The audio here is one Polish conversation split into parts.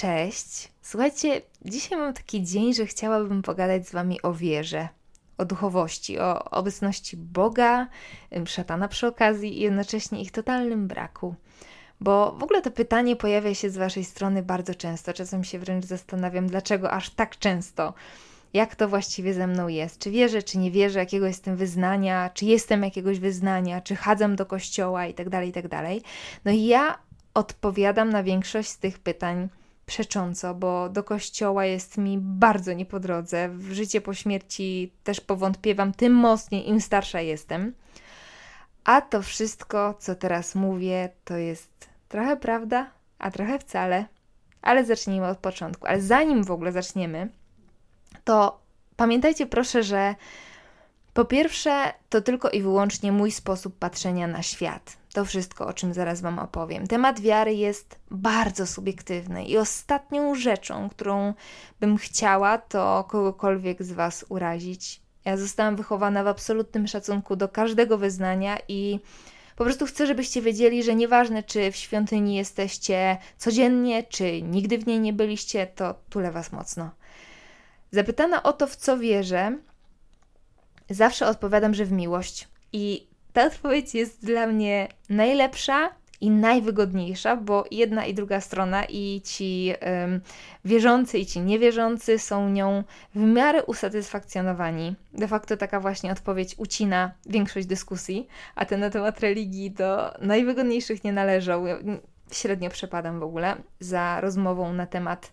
Cześć! Słuchajcie, dzisiaj mam taki dzień, że chciałabym pogadać z Wami o wierze, o duchowości, o obecności Boga, szatana przy okazji i jednocześnie ich totalnym braku. Bo w ogóle to pytanie pojawia się z Waszej strony bardzo często. Czasem się wręcz zastanawiam, dlaczego aż tak często. Jak to właściwie ze mną jest? Czy wierzę, czy nie wierzę, jakiego jestem wyznania, czy jestem jakiegoś wyznania, czy chadzam do kościoła itd., itd. No i ja odpowiadam na większość z tych pytań przecząco, bo do kościoła jest mi bardzo nie po drodze. W życie po śmierci też powątpiewam tym mocniej, im starsza jestem. A to wszystko, co teraz mówię, to jest trochę prawda, a trochę wcale. Ale zacznijmy od początku. Ale zanim w ogóle zaczniemy, to pamiętajcie proszę, że po pierwsze to tylko i wyłącznie mój sposób patrzenia na świat. To wszystko, o czym zaraz Wam opowiem. Temat wiary jest bardzo subiektywny i ostatnią rzeczą, którą bym chciała, to kogokolwiek z Was urazić. Ja zostałam wychowana w absolutnym szacunku do każdego wyznania i po prostu chcę, żebyście wiedzieli, że nieważne, czy w świątyni jesteście codziennie, czy nigdy w niej nie byliście, to tulę Was mocno. Zapytana o to, w co wierzę, zawsze odpowiadam, że w miłość. I ta odpowiedź jest dla mnie najlepsza i najwygodniejsza, bo jedna i druga strona, i ci wierzący, i ci niewierzący są nią w miarę usatysfakcjonowani. De facto taka właśnie odpowiedź ucina większość dyskusji, a te na temat religii do najwygodniejszych nie należą. Średnio przepadam w ogóle za rozmową na temat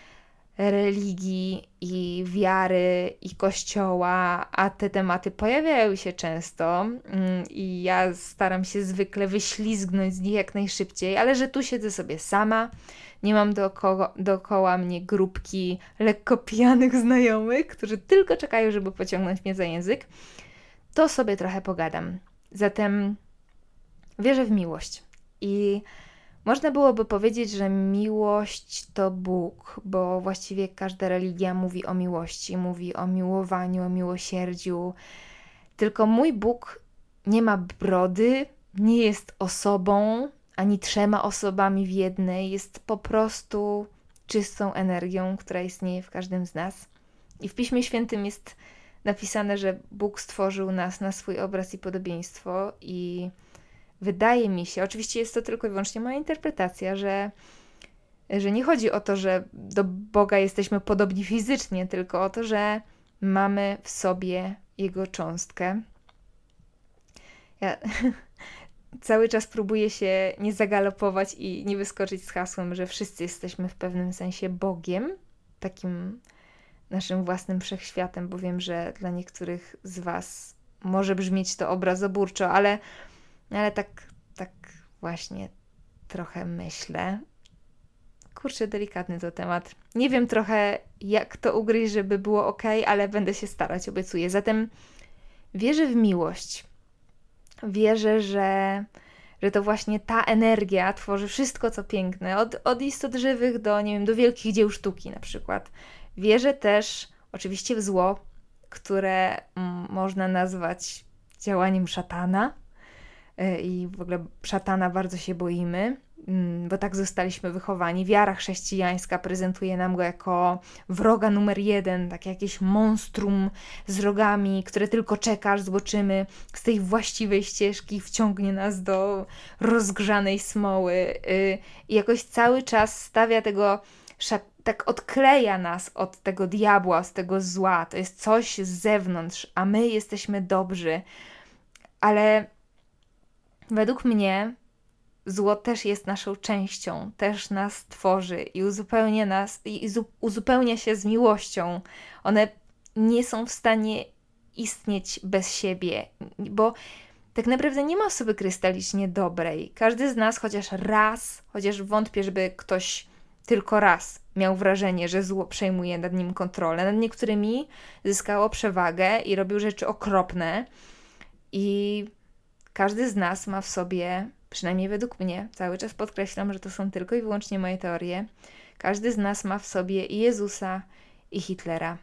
religii i wiary i kościoła, a te tematy pojawiają się często i ja staram się zwykle wyślizgnąć z nich jak najszybciej, ale że tu siedzę sobie sama, nie mam dookoła mnie grupki lekko pijanych znajomych, którzy tylko czekają, żeby pociągnąć mnie za język, to sobie trochę pogadam. Zatem wierzę w miłość i można byłoby powiedzieć, że miłość to Bóg, bo właściwie każda religia mówi o miłości, mówi o miłowaniu, o miłosierdziu. Tylko mój Bóg nie ma brody, nie jest osobą, ani 3 osobami w jednej. Jest po prostu czystą energią, która istnieje w każdym z nas. I w Piśmie Świętym jest napisane, że Bóg stworzył nas na swój obraz i podobieństwo i wydaje mi się, oczywiście jest to tylko i wyłącznie moja interpretacja, że nie chodzi o to, że do Boga jesteśmy podobni fizycznie, tylko o to, że mamy w sobie Jego cząstkę. Ja cały czas próbuję się nie zagalopować i nie wyskoczyć z hasłem, że wszyscy jesteśmy w pewnym sensie Bogiem, takim naszym własnym wszechświatem, bo wiem, że dla niektórych z Was może brzmieć to obrazoburczo, ale tak właśnie trochę myślę. Kurczę, delikatny to temat. Nie wiem trochę, jak to ugryźć, żeby było ok, ale będę się starać, obiecuję. Zatem wierzę w miłość. Wierzę, że to właśnie ta energia tworzy wszystko, co piękne. Od istot żywych do, nie wiem, do wielkich dzieł sztuki na przykład. Wierzę też oczywiście w zło, które można nazwać działaniem szatana. I w ogóle szatana bardzo się boimy, bo tak zostaliśmy wychowani. Wiara chrześcijańska prezentuje nam go jako wroga numer 1, takie jakieś monstrum z rogami, które tylko czeka, aż zboczymy z tej właściwej ścieżki, wciągnie nas do rozgrzanej smoły i jakoś cały czas stawia tego tak odkleja nas od tego diabła, od tego zła. To jest coś z zewnątrz, a my jesteśmy dobrzy. Ale według mnie zło też jest naszą częścią, też nas tworzy i uzupełnia nas, i uzupełnia się z miłością. One nie są w stanie istnieć bez siebie, bo tak naprawdę nie ma osoby krystalicznie dobrej. Każdy z nas chociaż wątpię, żeby ktoś tylko raz miał wrażenie, że zło przejmuje nad nim kontrolę. Nad niektórymi zyskało przewagę i robił rzeczy okropne i każdy z nas ma w sobie, przynajmniej według mnie, cały czas podkreślam, że to są tylko i wyłącznie moje teorie, każdy z nas ma w sobie i Jezusa, i Hitlera.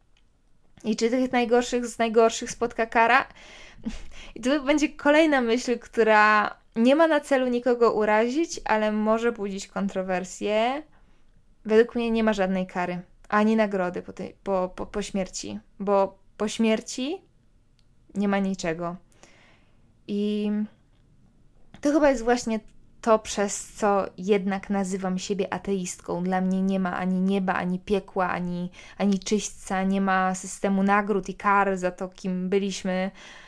I czy tych najgorszych z najgorszych spotka kara? I to będzie kolejna myśl, która nie ma na celu nikogo urazić, ale może budzić kontrowersje. według mnie nie ma żadnej kary, ani nagrody po śmierci, bo po śmierci nie ma niczego. I to chyba jest właśnie to, przez co jednak nazywam siebie ateistką. Dla mnie nie ma ani nieba, ani piekła, ani czyśćca, nie ma systemu nagród i kar za to, kim byliśmy,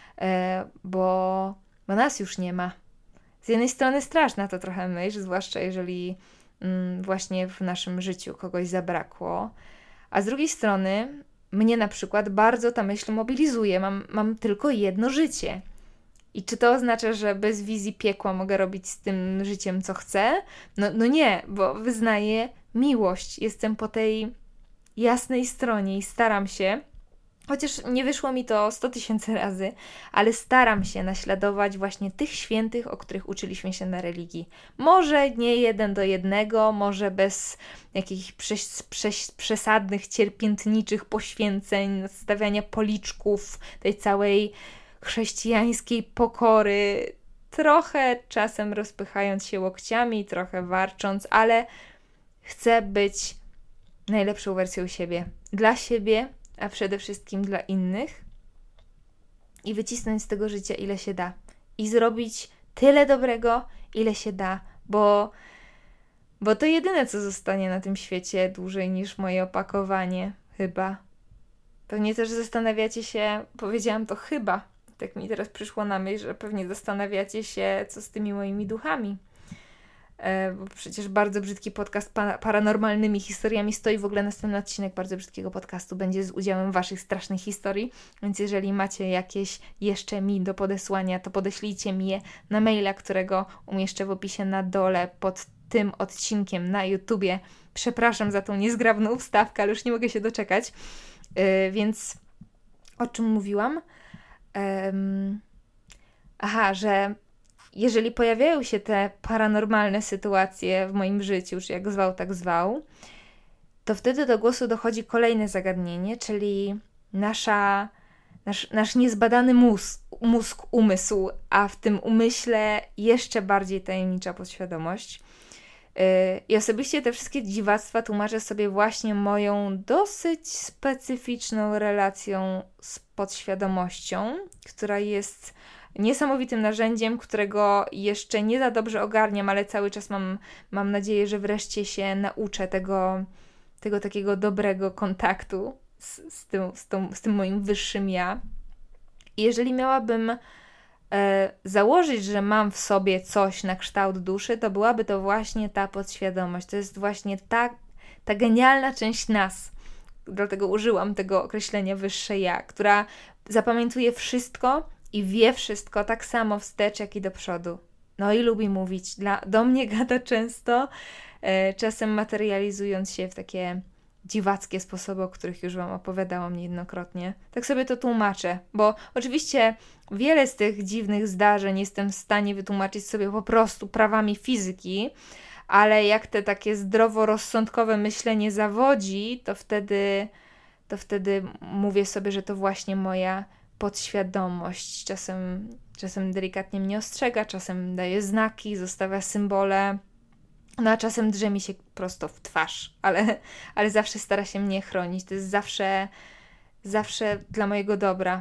bo nas już nie ma. Z jednej strony straszna to trochę myśl, zwłaszcza jeżeli właśnie w naszym życiu kogoś zabrakło, a z drugiej strony mnie na przykład bardzo ta myśl mobilizuje. Mam tylko jedno życie. I czy to oznacza, że bez wizji piekła mogę robić z tym życiem, co chcę? No nie, bo wyznaję miłość. Jestem po tej jasnej stronie i staram się, chociaż nie wyszło mi to 100 000 razy, ale staram się naśladować właśnie tych świętych, o których uczyliśmy się na religii. Może nie 1:1, może bez jakichś przesadnych, cierpiętniczych poświęceń, stawiania policzków, tej całej chrześcijańskiej pokory, trochę czasem rozpychając się łokciami, trochę warcząc, ale chcę być najlepszą wersją siebie. Dla siebie, a przede wszystkim dla innych i wycisnąć z tego życia ile się da. I zrobić tyle dobrego, ile się da, bo to jedyne, co zostanie na tym świecie dłużej niż moje opakowanie, chyba. Pewnie też zastanawiacie się, powiedziałam to chyba, tak mi teraz przyszło na myśl, że pewnie zastanawiacie się, co z tymi moimi duchami. Bo przecież bardzo brzydki podcast paranormalnymi historiami stoi. W ogóle następny odcinek bardzo brzydkiego podcastu będzie z udziałem waszych strasznych historii, więc jeżeli macie jakieś jeszcze mi do podesłania, to podeślijcie mi je na maila, którego umieszczę w opisie na dole pod tym odcinkiem na YouTubie. Przepraszam za tą niezgrabną wstawkę, ale już nie mogę się doczekać. Więc o czym mówiłam? Że jeżeli pojawiają się te paranormalne sytuacje w moim życiu, czy jak zwał, tak zwał, to wtedy do głosu dochodzi kolejne zagadnienie, czyli nasz niezbadany umysł, a w tym umyśle jeszcze bardziej tajemnicza podświadomość. I osobiście te wszystkie dziwactwa tłumaczę sobie właśnie moją dosyć specyficzną relacją z podświadomością, która jest niesamowitym narzędziem, którego jeszcze nie za dobrze ogarniam, ale cały czas mam nadzieję, że wreszcie się nauczę tego takiego dobrego kontaktu z tym moim wyższym ja. I jeżeli miałabym założyć, że mam w sobie coś na kształt duszy, to byłaby to właśnie ta podświadomość. To jest właśnie ta genialna część nas. Dlatego użyłam tego określenia wyższe ja, która zapamiętuje wszystko i wie wszystko tak samo wstecz, jak i do przodu. No i lubi mówić. Do mnie gada często, czasem materializując się w takie dziwackie sposoby, o których już wam opowiadałam niejednokrotnie. Tak sobie to tłumaczę, bo oczywiście wiele z tych dziwnych zdarzeń jestem w stanie wytłumaczyć sobie po prostu prawami fizyki, ale jak te takie zdroworozsądkowe myślenie zawodzi, to wtedy mówię sobie, że to właśnie moja podświadomość. Czasem delikatnie mnie ostrzega, czasem daje znaki, zostawia symbole, no a czasem drze mi się prosto w twarz, ale zawsze stara się mnie chronić. To jest zawsze dla mojego dobra.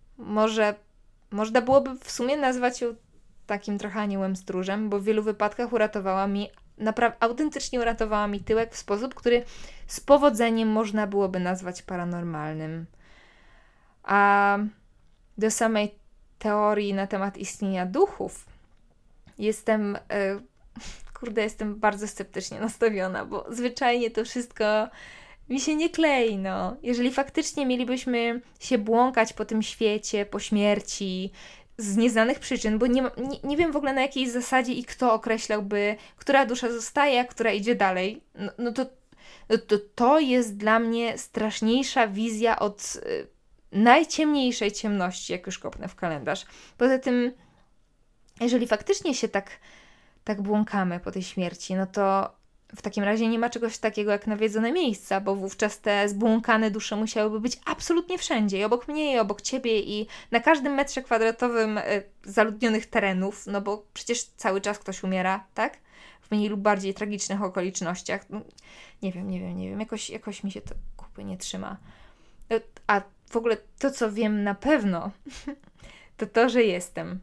Można byłoby w sumie nazwać ją takim trochę aniołem stróżem, bo w wielu wypadkach uratowała mi, autentycznie uratowała mi tyłek w sposób, który z powodzeniem można byłoby nazwać paranormalnym. A do samej teorii na temat istnienia duchów jestem bardzo sceptycznie nastawiona, bo zwyczajnie to wszystko mi się nie klei, no. Jeżeli faktycznie mielibyśmy się błąkać po tym świecie, po śmierci, z nieznanych przyczyn, bo nie wiem w ogóle na jakiej zasadzie i kto określałby, która dusza zostaje, a która idzie dalej, to jest dla mnie straszniejsza wizja od najciemniejszej ciemności, jak już kopnę w kalendarz. Poza tym, jeżeli faktycznie się tak błąkamy po tej śmierci, no to w takim razie nie ma czegoś takiego jak nawiedzone miejsca, bo wówczas te zbłąkane dusze musiałyby być absolutnie wszędzie, i obok mnie, i obok ciebie, i na każdym metrze kwadratowym zaludnionych terenów, no bo przecież cały czas ktoś umiera, tak? w mniej lub bardziej tragicznych okolicznościach. No, nie wiem. Jakoś mi się to kupy nie trzyma. A w ogóle to, co wiem na pewno, to, że jestem.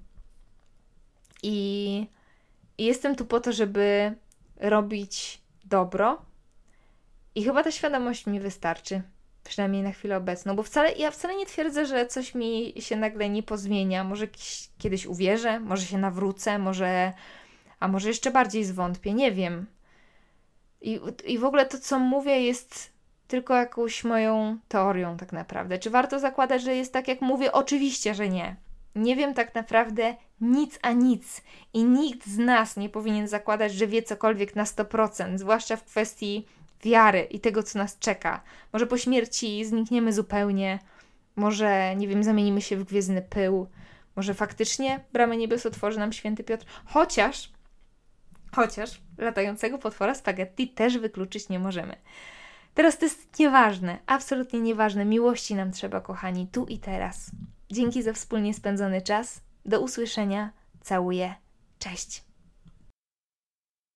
I jestem tu po to, żeby robić dobro. I chyba ta świadomość mi wystarczy. Przynajmniej na chwilę obecną. Bo ja wcale nie twierdzę, że coś mi się nagle nie pozmienia. Może kiedyś uwierzę, może się nawrócę, a może jeszcze bardziej zwątpię. Nie wiem. I w ogóle to, co mówię, jest tylko jakąś moją teorią tak naprawdę. Czy warto zakładać, że jest tak, jak mówię? Oczywiście, że nie. Nie wiem tak naprawdę nic a nic. I nikt z nas nie powinien zakładać, że wie cokolwiek na 100%, zwłaszcza w kwestii wiary i tego, co nas czeka. Może po śmierci znikniemy zupełnie, może, nie wiem, zamienimy się w gwiezdny pył, może faktycznie bramę niebios otworzy nam święty Piotr, chociaż latającego potwora spaghetti też wykluczyć nie możemy. Teraz to jest nieważne, absolutnie nieważne. Miłości nam trzeba, kochani, tu i teraz. Dzięki za wspólnie spędzony czas. Do usłyszenia. Całuję. Cześć.